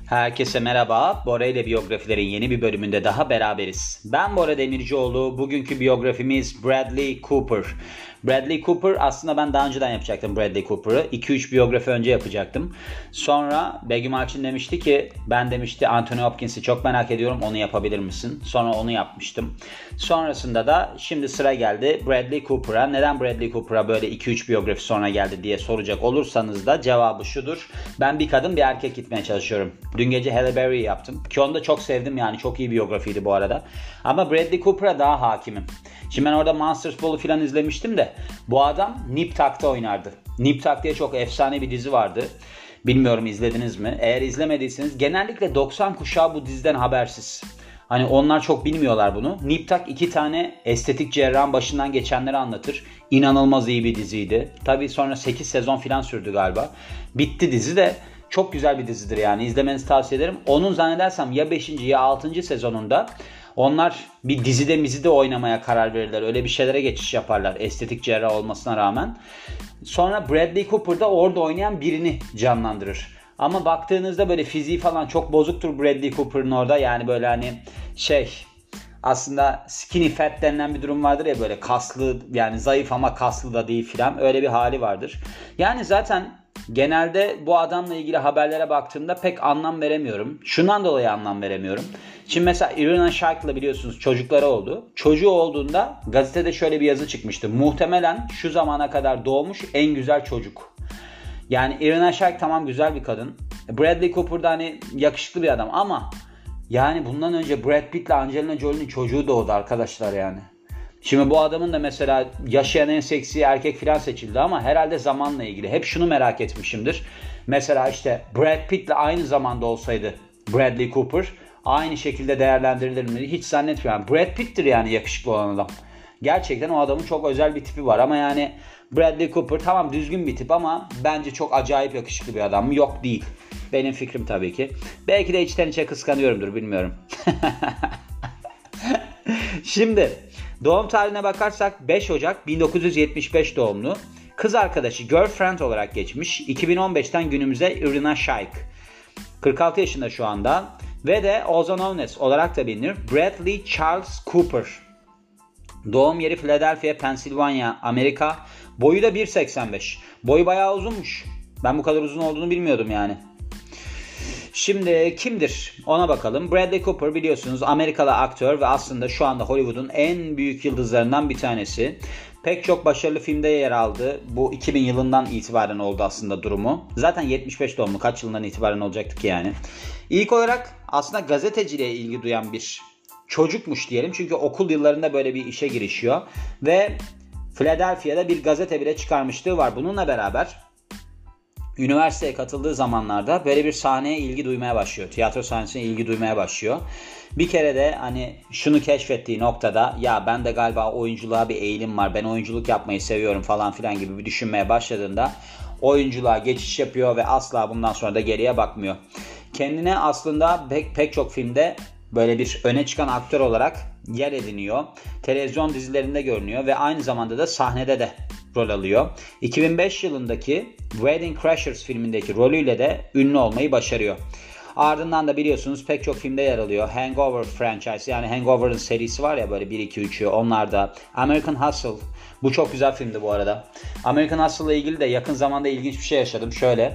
Herkese merhaba. Bora ile biyografilerin yeni bir bölümünde daha beraberiz. Ben Bora Demircioğlu. Bugünkü biyografimiz Bradley Cooper. Bradley Cooper aslında ben daha önceden yapacaktım Bradley Cooper'ı. 2-3 biyografi önce yapacaktım. Sonra Begüm Alçin demişti ki Anthony Hopkins'i çok merak ediyorum, onu yapabilir misin? Sonra onu yapmıştım. Sonrasında da şimdi sıra geldi Bradley Cooper'a. Neden Bradley Cooper'a böyle 2-3 biyografi sonra geldi diye soracak olursanız da cevabı şudur. Ben bir kadın bir erkek gitmeye çalışıyorum. Dün gece Halle Berry'i yaptım. Ki onu da çok sevdim, yani çok iyi biyografiydi bu arada. Ama Bradley Cooper'a daha hakimim. Şimdi ben orada Monsters Ball'u falan izlemiştim de bu adam Nip Tuck'ta oynardı. Nip Tuck diye çok efsane bir dizi vardı. Bilmiyorum izlediniz mi? Eğer izlemediyseniz genellikle 90 kuşağı bu diziden habersiz. Hani onlar çok bilmiyorlar bunu. Nip Tuck 2 tane estetik cerrahın başından geçenleri anlatır. İnanılmaz iyi bir diziydi. Tabii sonra 8 sezon falan sürdü galiba. Bitti dizi de. Çok güzel bir dizidir yani, izlemenizi tavsiye ederim. Onun zannedersem ya 5. ya 6. sezonunda onlar bir dizide oynamaya karar verirler. Öyle bir şeylere geçiş yaparlar estetik cerrah olmasına rağmen. Sonra Bradley Cooper da orada oynayan birini canlandırır. Ama baktığınızda böyle fiziği falan çok bozuktur Bradley Cooper'ın orada. Yani böyle hani aslında skinny fat denilen bir durum vardır ya, böyle kaslı, yani zayıf ama kaslı da değil filan, öyle bir hali vardır. Yani zaten genelde bu adamla ilgili haberlere baktığımda pek anlam veremiyorum. Şundan dolayı anlam veremiyorum. Şimdi mesela Irina Shayk'la biliyorsunuz çocukları oldu. Çocuğu olduğunda gazetede şöyle bir yazı çıkmıştı. Muhtemelen şu zamana kadar doğmuş en güzel çocuk. Yani Irina Shayk tamam güzel bir kadın. Bradley Cooper da hani yakışıklı bir adam ama yani bundan önce Brad Pitt'le Angelina Jolie'nin çocuğu doğdu arkadaşlar yani. Şimdi bu adamın da mesela yaşayan en seksi erkek falan seçildi ama herhalde zamanla ilgili. Hep şunu merak etmişimdir. Mesela Brad Pitt'le aynı zamanda olsaydı Bradley Cooper aynı şekilde değerlendirilir mi? Hiç zannetmiyorum. Brad Pitt'tir yani yakışıklı olan adam. Gerçekten o adamın çok özel bir tipi var ama yani Bradley Cooper tamam düzgün bir tip ama bence çok acayip yakışıklı bir adam mı? Yok, değil. Benim fikrim tabii ki. Belki de içten içe kıskanıyorumdur, bilmiyorum. Şimdi doğum tarihine bakarsak 5 Ocak 1975 doğumlu. Kız arkadaşı girlfriend olarak geçmiş. 2015'ten günümüze Irina Shayk. 46 yaşında şu anda. Ve de also known as olarak da bilinir Bradley Charles Cooper. Doğum yeri Philadelphia, Pennsylvania, Amerika. Boyu da 1.85. Boyu bayağı uzunmuş. Ben bu kadar uzun olduğunu bilmiyordum yani. Şimdi kimdir? Ona bakalım. Bradley Cooper biliyorsunuz Amerikalı aktör ve aslında şu anda Hollywood'un en büyük yıldızlarından bir tanesi. Pek çok başarılı filmde yer aldı. Bu 2000 yılından itibaren oldu aslında durumu. Zaten 75 doğumlu, kaç yılından itibaren olacaktı ki yani. İlk olarak aslında gazeteciliğe ilgi duyan bir çocukmuş diyelim. Çünkü okul yıllarında böyle bir işe girişiyor. Ve Philadelphia'da bir gazete bile çıkarmışlığı var. Bununla beraber üniversiteye katıldığı zamanlarda böyle bir sahneye ilgi duymaya başlıyor. Tiyatro sahnesine ilgi duymaya başlıyor. Bir kere de hani şunu keşfettiği noktada ya ben de galiba oyunculuğa bir eğilim var. Ben oyunculuk yapmayı seviyorum falan filan gibi bir düşünmeye başladığında oyunculuğa geçiş yapıyor ve asla bundan sonra da geriye bakmıyor. Kendine aslında pek çok filmde böyle bir öne çıkan aktör olarak yer ediniyor. Televizyon dizilerinde görünüyor ve aynı zamanda da sahnede de rol alıyor. 2005 yılındaki Wedding Crashers filmindeki rolüyle de ünlü olmayı başarıyor. Ardından da biliyorsunuz pek çok filmde yer alıyor. Hangover franchise, yani Hangover'ın serisi var ya böyle 1-2-3'ü, onlar da. American Hustle. Bu çok güzel filmdi bu arada. American Hustle ile ilgili de yakın zamanda ilginç bir şey yaşadım. Şöyle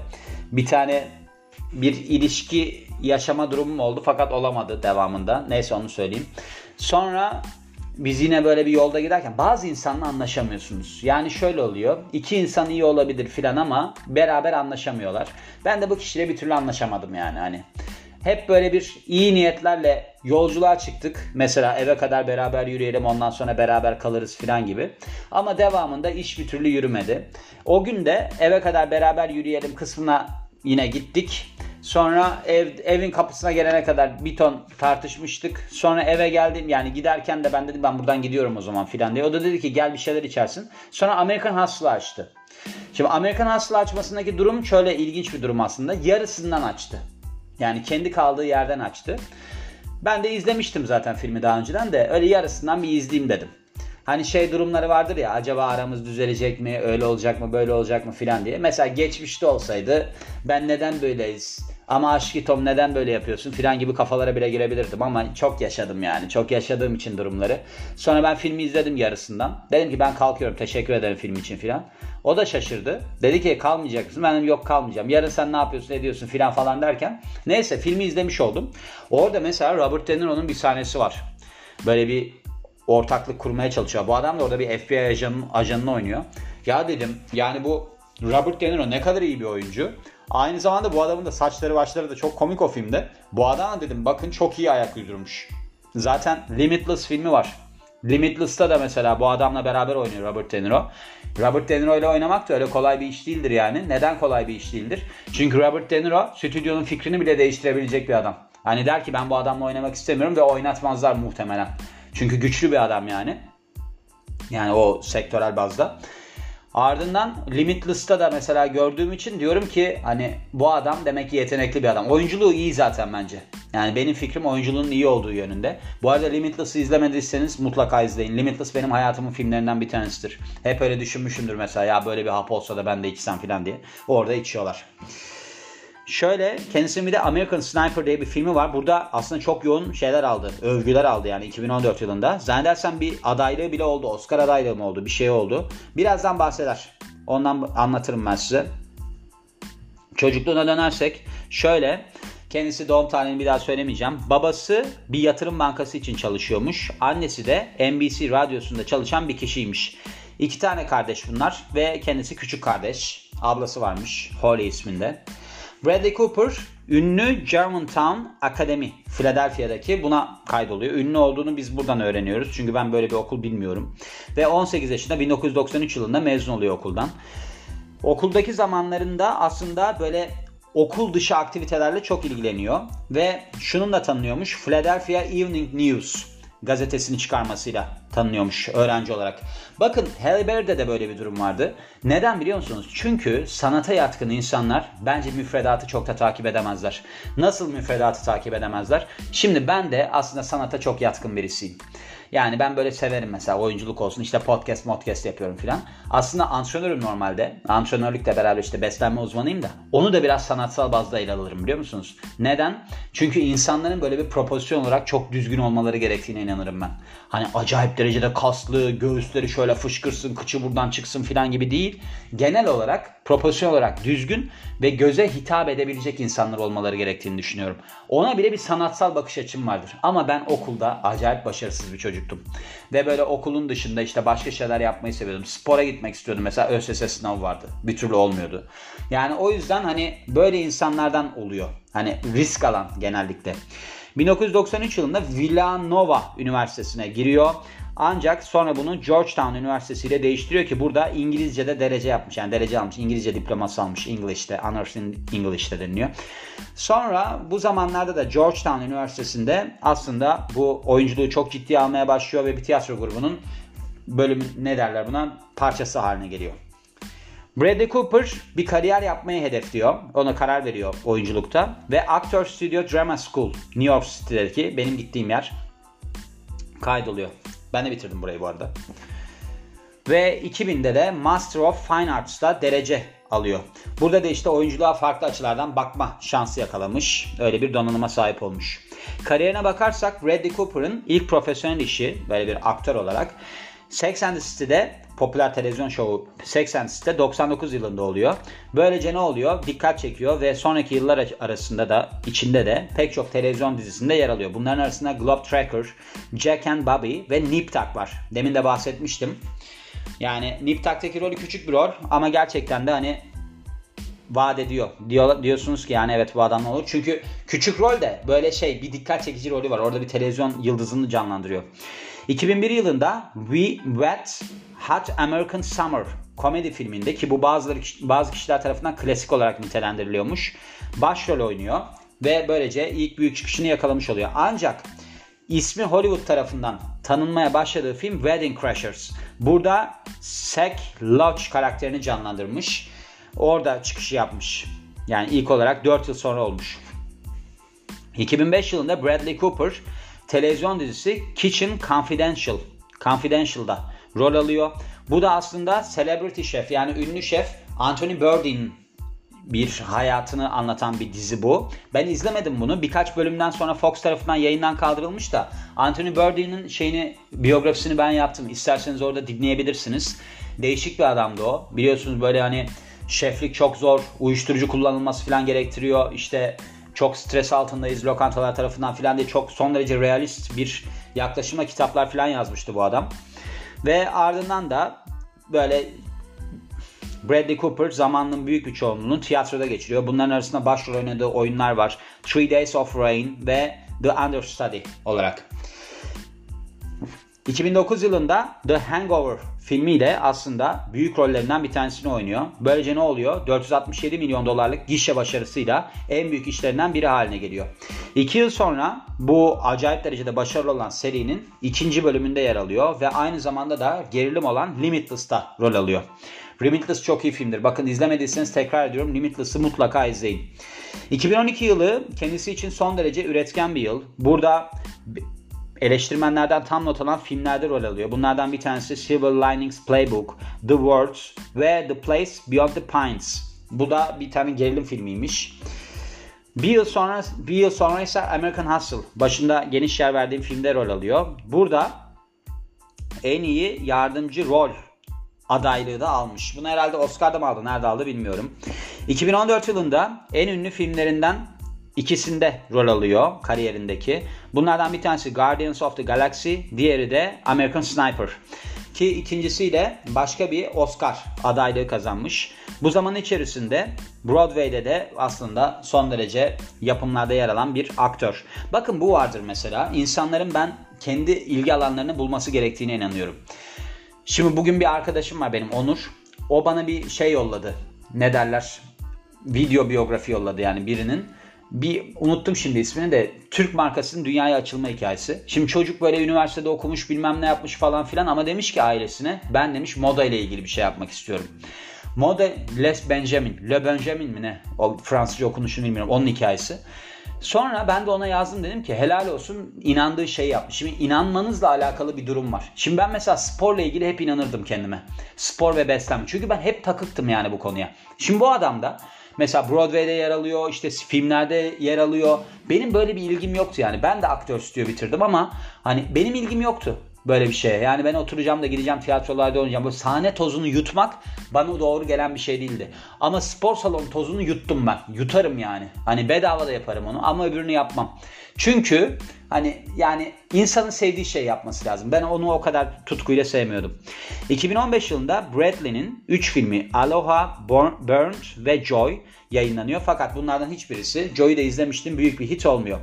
bir ilişki yaşama durumum oldu fakat olamadı devamında. Neyse onu söyleyeyim. Sonra biz yine böyle bir yolda giderken bazı insanla anlaşamıyorsunuz. Yani şöyle oluyor. İki insan iyi olabilir filan ama beraber anlaşamıyorlar. Ben de bu kişiyle bir türlü anlaşamadım yani hani. Hep böyle bir iyi niyetlerle yolculuğa çıktık. Mesela eve kadar beraber yürüyelim, ondan sonra beraber kalırız filan gibi. Ama devamında iş bir türlü yürümedi. O gün de eve kadar beraber yürüyelim kısmına yine gittik. Sonra evin kapısına gelene kadar bir ton tartışmıştık. Sonra eve geldim, yani giderken de ben dedim ben buradan gidiyorum o zaman filan diye. O da dedi ki gel bir şeyler içersin. Sonra American Hustle'ı açtı. Şimdi American Hustle'ı açmasındaki durum şöyle ilginç bir durum aslında. Yarısından açtı. Yani kendi kaldığı yerden açtı. Ben de izlemiştim zaten filmi daha önceden de öyle yarısından bir izleyeyim dedim. Hani durumları vardır ya, acaba aramız düzelecek mi, öyle olacak mı, böyle olacak mı filan diye. Mesela geçmişte olsaydı ben neden böyleyiz, Ama aşkı Tom neden böyle yapıyorsun filan gibi kafalara bile girebilirdim ama çok yaşadım yani. Çok yaşadığım için durumları. Sonra ben filmi izledim yarısından. Dedim ki ben kalkıyorum, teşekkür ederim film için filan. O da şaşırdı. Dedi ki kalmayacak mısın? Ben dedim yok kalmayacağım. Yarın sen ne yapıyorsun ediyorsun filan falan derken. Neyse filmi izlemiş oldum. Orada mesela Robert De Niro'nun bir sahnesi var. Böyle bir ortaklık kurmaya çalışıyor. Bu adam da orada bir FBI ajanını oynuyor. Ya dedim yani bu Robert De Niro ne kadar iyi bir oyuncu. Aynı zamanda bu adamın da saçları başları da çok komik o filmde. Bu adam dedim bakın çok iyi ayak uydurmuş. Zaten Limitless filmi var. Limitless'ta da mesela bu adamla beraber oynuyor Robert De Niro. Robert De Niro ile oynamak da öyle kolay bir iş değildir yani. Neden kolay bir iş değildir? Çünkü Robert De Niro stüdyonun fikrini bile değiştirebilecek bir adam. Hani der ki ben bu adamla oynamak istemiyorum ve oynatmazlar muhtemelen. Çünkü güçlü bir adam yani. Yani o sektörel bazda. Ardından Limitless'ta da mesela gördüğüm için diyorum ki hani bu adam demek ki yetenekli bir adam. Oyunculuğu iyi zaten bence. Yani benim fikrim oyunculuğunun iyi olduğu yönünde. Bu arada Limitless'ı izlemediyseniz mutlaka izleyin. Limitless benim hayatımın filmlerinden bir tanesidir. Hep öyle düşünmüşümdür mesela ya böyle bir hap olsa da ben de içsem falan diye. Orada içiyorlar. Şöyle kendisinin bir de American Sniper diye bir filmi var. Burada aslında çok yoğun şeyler aldı. Övgüler aldı yani 2014 yılında. Zannedersem bir adaylığı bile oldu. Oscar adaylığı mı oldu? Bir şey oldu. Birazdan bahseder. Ondan anlatırım ben size. Çocukluğuna dönersek şöyle. Kendisi doğum tarihini bir daha söylemeyeceğim. Babası bir yatırım bankası için çalışıyormuş. Annesi de NBC radyosunda çalışan bir kişiymiş. 2 tane kardeş bunlar ve kendisi küçük kardeş. Ablası varmış Holly isminde. Bradley Cooper ünlü Germantown Academy Philadelphia'daki buna kaydoluyor. Ünlü olduğunu biz buradan öğreniyoruz. Çünkü ben böyle bir okul bilmiyorum. Ve 18 yaşında 1993 yılında mezun oluyor okuldan. Okuldaki zamanlarında aslında böyle okul dışı aktivitelerle çok ilgileniyor. Ve şununla tanınıyormuş. Philadelphia Evening News gazetesini çıkarmasıyla tanınıyormuş öğrenci olarak. Bakın Halle Berry'de de böyle bir durum vardı. Neden biliyor musunuz? Çünkü sanata yatkın insanlar bence müfredatı çok da takip edemezler. Nasıl müfredatı takip edemezler? Şimdi ben de aslında sanata çok yatkın birisiyim. Yani ben böyle severim mesela oyunculuk olsun işte podcast yapıyorum filan. Aslında antrenörüm normalde. Antrenörlükle beraber işte beslenme uzmanıyım da. Onu da biraz sanatsal bazda ele alırım biliyor musunuz? Neden? Çünkü insanların böyle bir propozisyon olarak çok düzgün olmaları gerektiğine inanırım ben. Hani acayip derecede kaslı, göğüsleri şöyle fışkırsın, kıçı buradan çıksın filan gibi değil. Genel olarak, propozisyon olarak düzgün ve göze hitap edebilecek insanlar olmaları gerektiğini düşünüyorum. Ona bile bir sanatsal bakış açım vardır. Ama ben okulda acayip başarısız bir çocuktum. Ve böyle okulun dışında işte başka şeyler yapmayı seviyordum. Spora gitmek istiyordum. Mesela ÖSS sınavı vardı. Bir türlü olmuyordu. Yani o yüzden hani böyle insanlardan oluyor. Hani risk alan genellikle. 1993 yılında Villanova Üniversitesi'ne giriyor. Ancak sonra bunu Georgetown Üniversitesi ile değiştiriyor ki burada İngilizce'de derece yapmış. Yani derece almış. İngilizce diploması almış. English'te, Honors in English'te deniliyor. Sonra bu zamanlarda da Georgetown Üniversitesi'nde aslında bu oyunculuğu çok ciddiye almaya başlıyor ve bir tiyatro grubunun bölümü ne derler buna parçası haline geliyor. Bradley Cooper bir kariyer yapmayı hedefliyor. Ona karar veriyor oyunculukta. Ve Actors Studio Drama School New York City'deki benim gittiğim yer kaydoluyor. Ben de bitirdim burayı bu arada. Ve 2000'de de Master of Fine Arts'ta derece alıyor. Burada da işte oyunculuğa farklı açılardan bakma şansı yakalamış. Öyle bir donanıma sahip olmuş. Kariyerine bakarsak Bradley Cooper'ın ilk profesyonel işi böyle bir aktör olarak Sex and the City'de popüler televizyon şovu Sex and the City'de 99 yılında oluyor. Böylece ne oluyor? Dikkat çekiyor ve sonraki yıllar arasında da içinde de pek çok televizyon dizisinde yer alıyor. Bunların arasında Globe Tracker, Jack and Bobby ve Nip Tuck var. Demin de bahsetmiştim. Yani Nip Tuck'taki rolü küçük bir rol ama gerçekten de hani vaat ediyor. Diyorsunuz ki yani evet bu adam ne olur? Çünkü küçük rol de böyle bir dikkat çekici rolü var. Orada bir televizyon yıldızını canlandırıyor. 2001 yılında We Wet Hot American Summer komedi filminde ki bu bazı kişiler tarafından klasik olarak nitelendiriliyormuş. Başrol oynuyor ve böylece ilk büyük çıkışını yakalamış oluyor. Ancak ismi Hollywood tarafından tanınmaya başladığı film Wedding Crashers. Burada Zach Loach karakterini canlandırmış. Orada çıkışı yapmış. Yani ilk olarak 4 yıl sonra olmuş. 2005 yılında Bradley Cooper televizyon dizisi Kitchen Confidential'da rol alıyor. Bu da aslında celebrity şef yani ünlü şef Anthony Bourdain'in bir hayatını anlatan bir dizi bu. Ben izlemedim bunu. Birkaç bölümden sonra Fox tarafından yayından kaldırılmış da Anthony Bourdain'in biyografisini ben yaptım. İsterseniz orada dinleyebilirsiniz. Değişik bir adamdı o. Biliyorsunuz böyle hani şeflik çok zor, uyuşturucu kullanılması falan gerektiriyor. İşte çok stres altındayız lokantalar tarafından falan diye çok son derece realist bir yaklaşıma kitaplar falan yazmıştı bu adam. Ve ardından da böyle Bradley Cooper zamanının büyük bir çoğunluğunu tiyatroda geçiriyor. Bunların arasında başrol oynadığı oyunlar var. Three Days of Rain ve The Understudy olarak. 2009 yılında The Hangover filmiyle aslında büyük rollerinden bir tanesini oynuyor. Böylece ne oluyor? 467 milyon dolarlık gişe başarısıyla en büyük işlerinden biri haline geliyor. 2 yıl sonra bu acayip derecede başarılı olan serinin 2. bölümünde yer alıyor ve aynı zamanda da gerilim olan Limitless'ta rol alıyor. Limitless çok iyi filmdir. Bakın izlemediyseniz tekrar ediyorum, Limitless'ı mutlaka izleyin. 2012 yılı kendisi için son derece üretken bir yıl. Burada eleştirmenlerden tam not alan filmlerde rol alıyor. Bunlardan bir tanesi Silver Linings Playbook, The Words ve The Place Beyond the Pines. Bu da bir tane gerilim filmiymiş. Bir yıl sonra ise American Hustle. Başında geniş yer verdiğim filmde rol alıyor. Burada en iyi yardımcı rol adaylığı da almış. Bunu herhalde Oscar'da mı aldı? Nerede aldı bilmiyorum. 2014 yılında en ünlü filmlerinden ikisinde rol alıyor kariyerindeki. Bunlardan bir tanesi Guardians of the Galaxy, diğeri de American Sniper. Ki ikincisiyle başka bir Oscar adaylığı kazanmış. Bu zaman içerisinde Broadway'de de aslında son derece yapımlarda yer alan bir aktör. Bakın bu vardır mesela. İnsanların ben kendi ilgi alanlarını bulması gerektiğine inanıyorum. Şimdi bugün bir arkadaşım var benim, Onur. O bana bir şey yolladı. Ne derler? Video biyografi yolladı yani birinin. Unuttum şimdi ismini de, Türk markasının dünyaya açılma hikayesi. Şimdi çocuk böyle üniversitede okumuş, bilmem ne yapmış falan filan ama demiş ki ailesine, ben demiş moda ile ilgili bir şey yapmak istiyorum. Moda Le Benjamin mi ne? O Fransızca okunuşunu bilmiyorum. Onun hikayesi. Sonra ben de ona yazdım, dedim ki helal olsun, inandığı şeyi yapmış. Şimdi inanmanızla alakalı bir durum var. Şimdi ben mesela sporla ilgili hep inanırdım kendime. Spor ve beslenme. Çünkü ben hep takıktım yani bu konuya. Şimdi bu adam da mesela Broadway'de yer alıyor, işte filmlerde yer alıyor. Benim böyle bir ilgim yoktu yani. Ben de aktör stüdyo bitirdim ama hani benim ilgim yoktu böyle bir şeye. Yani ben oturacağım da gideceğim tiyatrolarda oynayacağım. Böyle sahne tozunu yutmak bana doğru gelen bir şey değildi. Ama spor salonu tozunu yuttum ben. Yutarım yani. Hani bedava da yaparım onu ama öbürünü yapmam. Çünkü hani yani insanın sevdiği şey yapması lazım. Ben onu o kadar tutkuyla sevmiyordum. 2015 yılında Bradley'nin 3 filmi Aloha, Burned ve Joy yayınlanıyor. Fakat bunlardan hiçbirisi, Joy'u da izlemiştim, büyük bir hit olmuyor.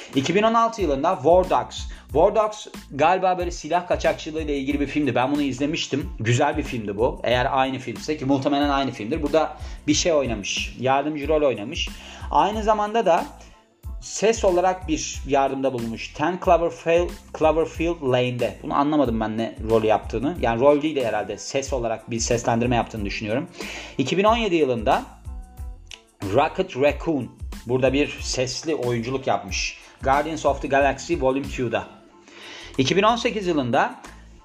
2016 yılında War Dogs. War Dogs galiba böyle silah kaçakçılığı ile ilgili bir filmdi. Ben bunu izlemiştim. Güzel bir filmdi bu. Eğer aynı filmse, ki muhtemelen aynı filmdir. Burada bir şey oynamış. Yardımcı rol oynamış. Aynı zamanda da ses olarak bir yardımda bulunmuş. 10 Cloverfield Lane'de. Bunu anlamadım ben ne rol yaptığını. Yani rol değil de herhalde ses olarak bir seslendirme yaptığını düşünüyorum. 2017 yılında Rocket Raccoon. Burada bir sesli oyunculuk yapmış. Guardians of the Galaxy Volume 2'da. 2018 yılında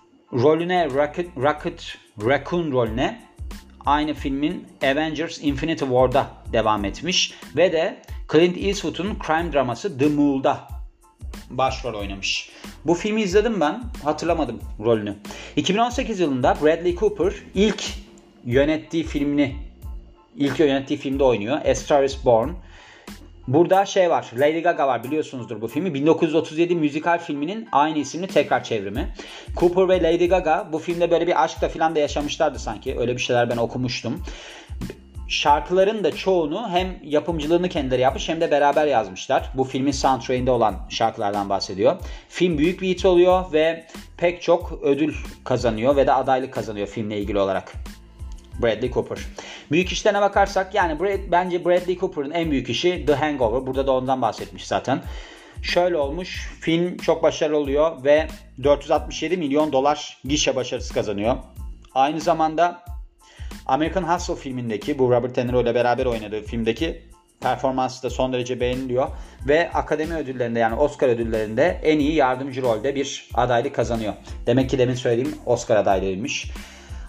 Rocket Raccoon rolüne aynı filmin Avengers Infinity War'da devam etmiş ve de Clint Eastwood'un crime draması The Mole'da başrol oynamış. Bu filmi izledim ben, hatırlamadım rolünü. 2018 yılında Bradley Cooper ilk yönettiği filmde oynuyor. A Star is Born. Burada şey var, Lady Gaga var, biliyorsunuzdur bu filmi. 1937 müzikal filminin aynı isimli tekrar çevrimi. Cooper ve Lady Gaga bu filmde böyle bir aşkla falan da yaşamışlardı sanki. Öyle bir şeyler ben okumuştum. Şarkıların da çoğunu hem yapımcılığını kendileri yapmış hem de beraber yazmışlar. Bu filmin soundtrack'inde olan şarkılardan bahsediyor. Film büyük bir hit oluyor ve pek çok ödül kazanıyor ve de adaylık kazanıyor filmle ilgili olarak. Bradley Cooper. Büyük işlerine bakarsak yani bence Bradley Cooper'ın en büyük işi The Hangover. Burada da ondan bahsetmiş zaten. Şöyle olmuş. Film çok başarılı oluyor ve 467 milyon dolar gişe başarısı kazanıyor. Aynı zamanda American Hustle filmindeki, bu Robert De Niro ile beraber oynadığı filmdeki performansı da son derece beğeniliyor. Ve akademi ödüllerinde, yani Oscar ödüllerinde en iyi yardımcı rolde bir adaylık kazanıyor. Demek ki demin söylediğim Oscar adaylığıymış.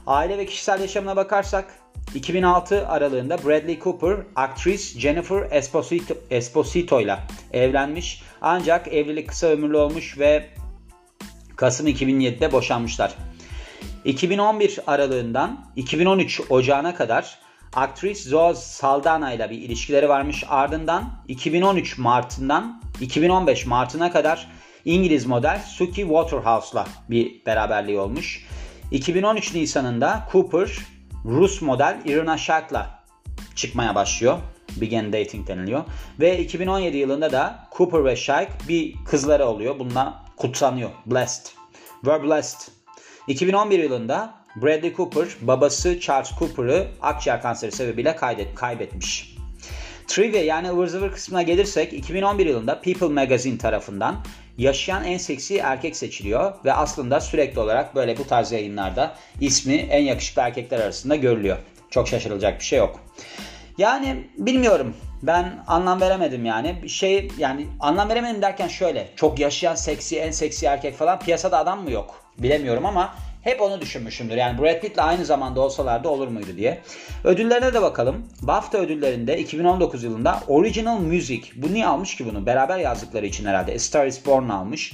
Aile ve kişisel yaşamına bakarsak 2006 aralığında Bradley Cooper aktris Jennifer Esposito ile evlenmiş. Ancak evlilik kısa ömürlü olmuş ve Kasım 2007'de boşanmışlar. 2011 aralığından 2013 Ocağı'na kadar aktris Zoe Saldana ile bir ilişkileri varmış. Ardından 2013 Mart'ından 2015 Mart'ına kadar İngiliz model Suki Waterhouse'la bir beraberliği olmuş. 2013 Nisan'ında Cooper Rus model Irina Shayk'la çıkmaya başlıyor. Begin dating deniliyor. Ve 2017 yılında da Cooper ve Shayk bir kızları oluyor. Bununla kutsanıyor. Blessed. We're blessed. 2011 yılında Bradley Cooper babası Charles Cooper'ı akciğer kanseri sebebiyle kaybetmiş. Trivia yani ıvır zıvır kısmına gelirsek 2011 yılında People Magazine tarafından yaşayan en seksi erkek seçiliyor ve aslında sürekli olarak böyle bu tarz yayınlarda ismi en yakışıklı erkekler arasında görülüyor. Çok şaşırılacak bir şey yok. Yani bilmiyorum. Ben anlam veremedim yani. Yani anlam veremedim derken şöyle. Çok yaşayan seksi, en seksi erkek falan piyasada adam mı yok? Bilemiyorum ama hep onu düşünmüşümdür. Yani Brad Pitt'le aynı zamanda olsalardı olur muydu diye. Ödüllerine de bakalım. BAFTA ödüllerinde 2019 yılında Original Music. Bu niye almış ki bunu? Beraber yazdıkları için herhalde. A Star Is Born almış.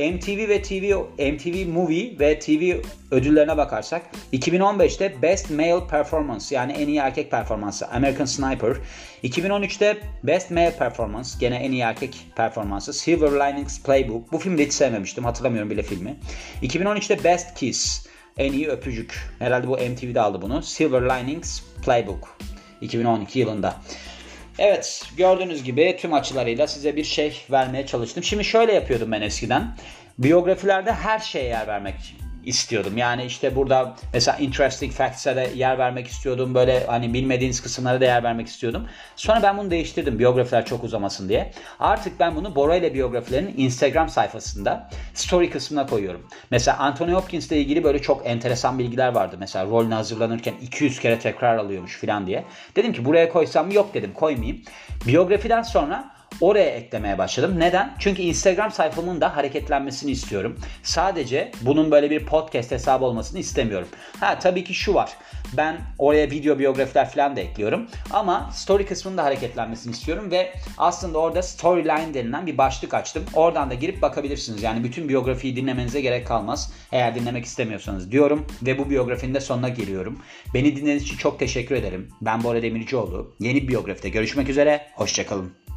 MTV Movie ve TV ödüllerine bakarsak 2015'te Best Male Performance yani en iyi erkek performansı American Sniper. 2013'te Best Male Performance gene en iyi erkek performansı Silver Linings Playbook. Bu filmi de hiç sevmemiştim. Hatırlamıyorum bile filmi. 2013'te Best Kiss. En iyi öpücük. Herhalde bu MTV'de aldı bunu. Silver Linings Playbook. 2012 yılında. Evet, gördüğünüz gibi tüm açılarıyla size bir şey vermeye çalıştım. Şimdi şöyle yapıyordum ben eskiden. Biyografilerde her şeye yer vermek istiyordum. Yani işte burada mesela interesting facts'e de yer vermek istiyordum. Böyle hani bilmediğiniz kısımlara da yer vermek istiyordum. Sonra ben bunu değiştirdim biyografiler çok uzamasın diye. Artık ben bunu Bora ile biyografilerin Instagram sayfasında story kısmına koyuyorum. Mesela Anthony Hopkins ile ilgili böyle çok enteresan bilgiler vardı. Mesela rolüne hazırlanırken 200 kere tekrar alıyormuş falan diye. Dedim ki buraya koysam mı? Yok dedim, koymayayım. Biyografiden sonra oraya eklemeye başladım. Neden? Çünkü Instagram sayfamın da hareketlenmesini istiyorum. Sadece bunun böyle bir podcast hesabı olmasını istemiyorum. Tabii ki şu var. Ben oraya video biyografiler falan da ekliyorum. Ama story kısmının da hareketlenmesini istiyorum ve aslında orada storyline denilen bir başlık açtım. Oradan da girip bakabilirsiniz. Yani bütün biyografiyi dinlemenize gerek kalmaz. Eğer dinlemek istemiyorsanız diyorum ve bu biyografinin de sonuna geliyorum. Beni dinlediğiniz için çok teşekkür ederim. Ben Bora Demircioğlu. Yeni bir biyografide görüşmek üzere. Hoşçakalın.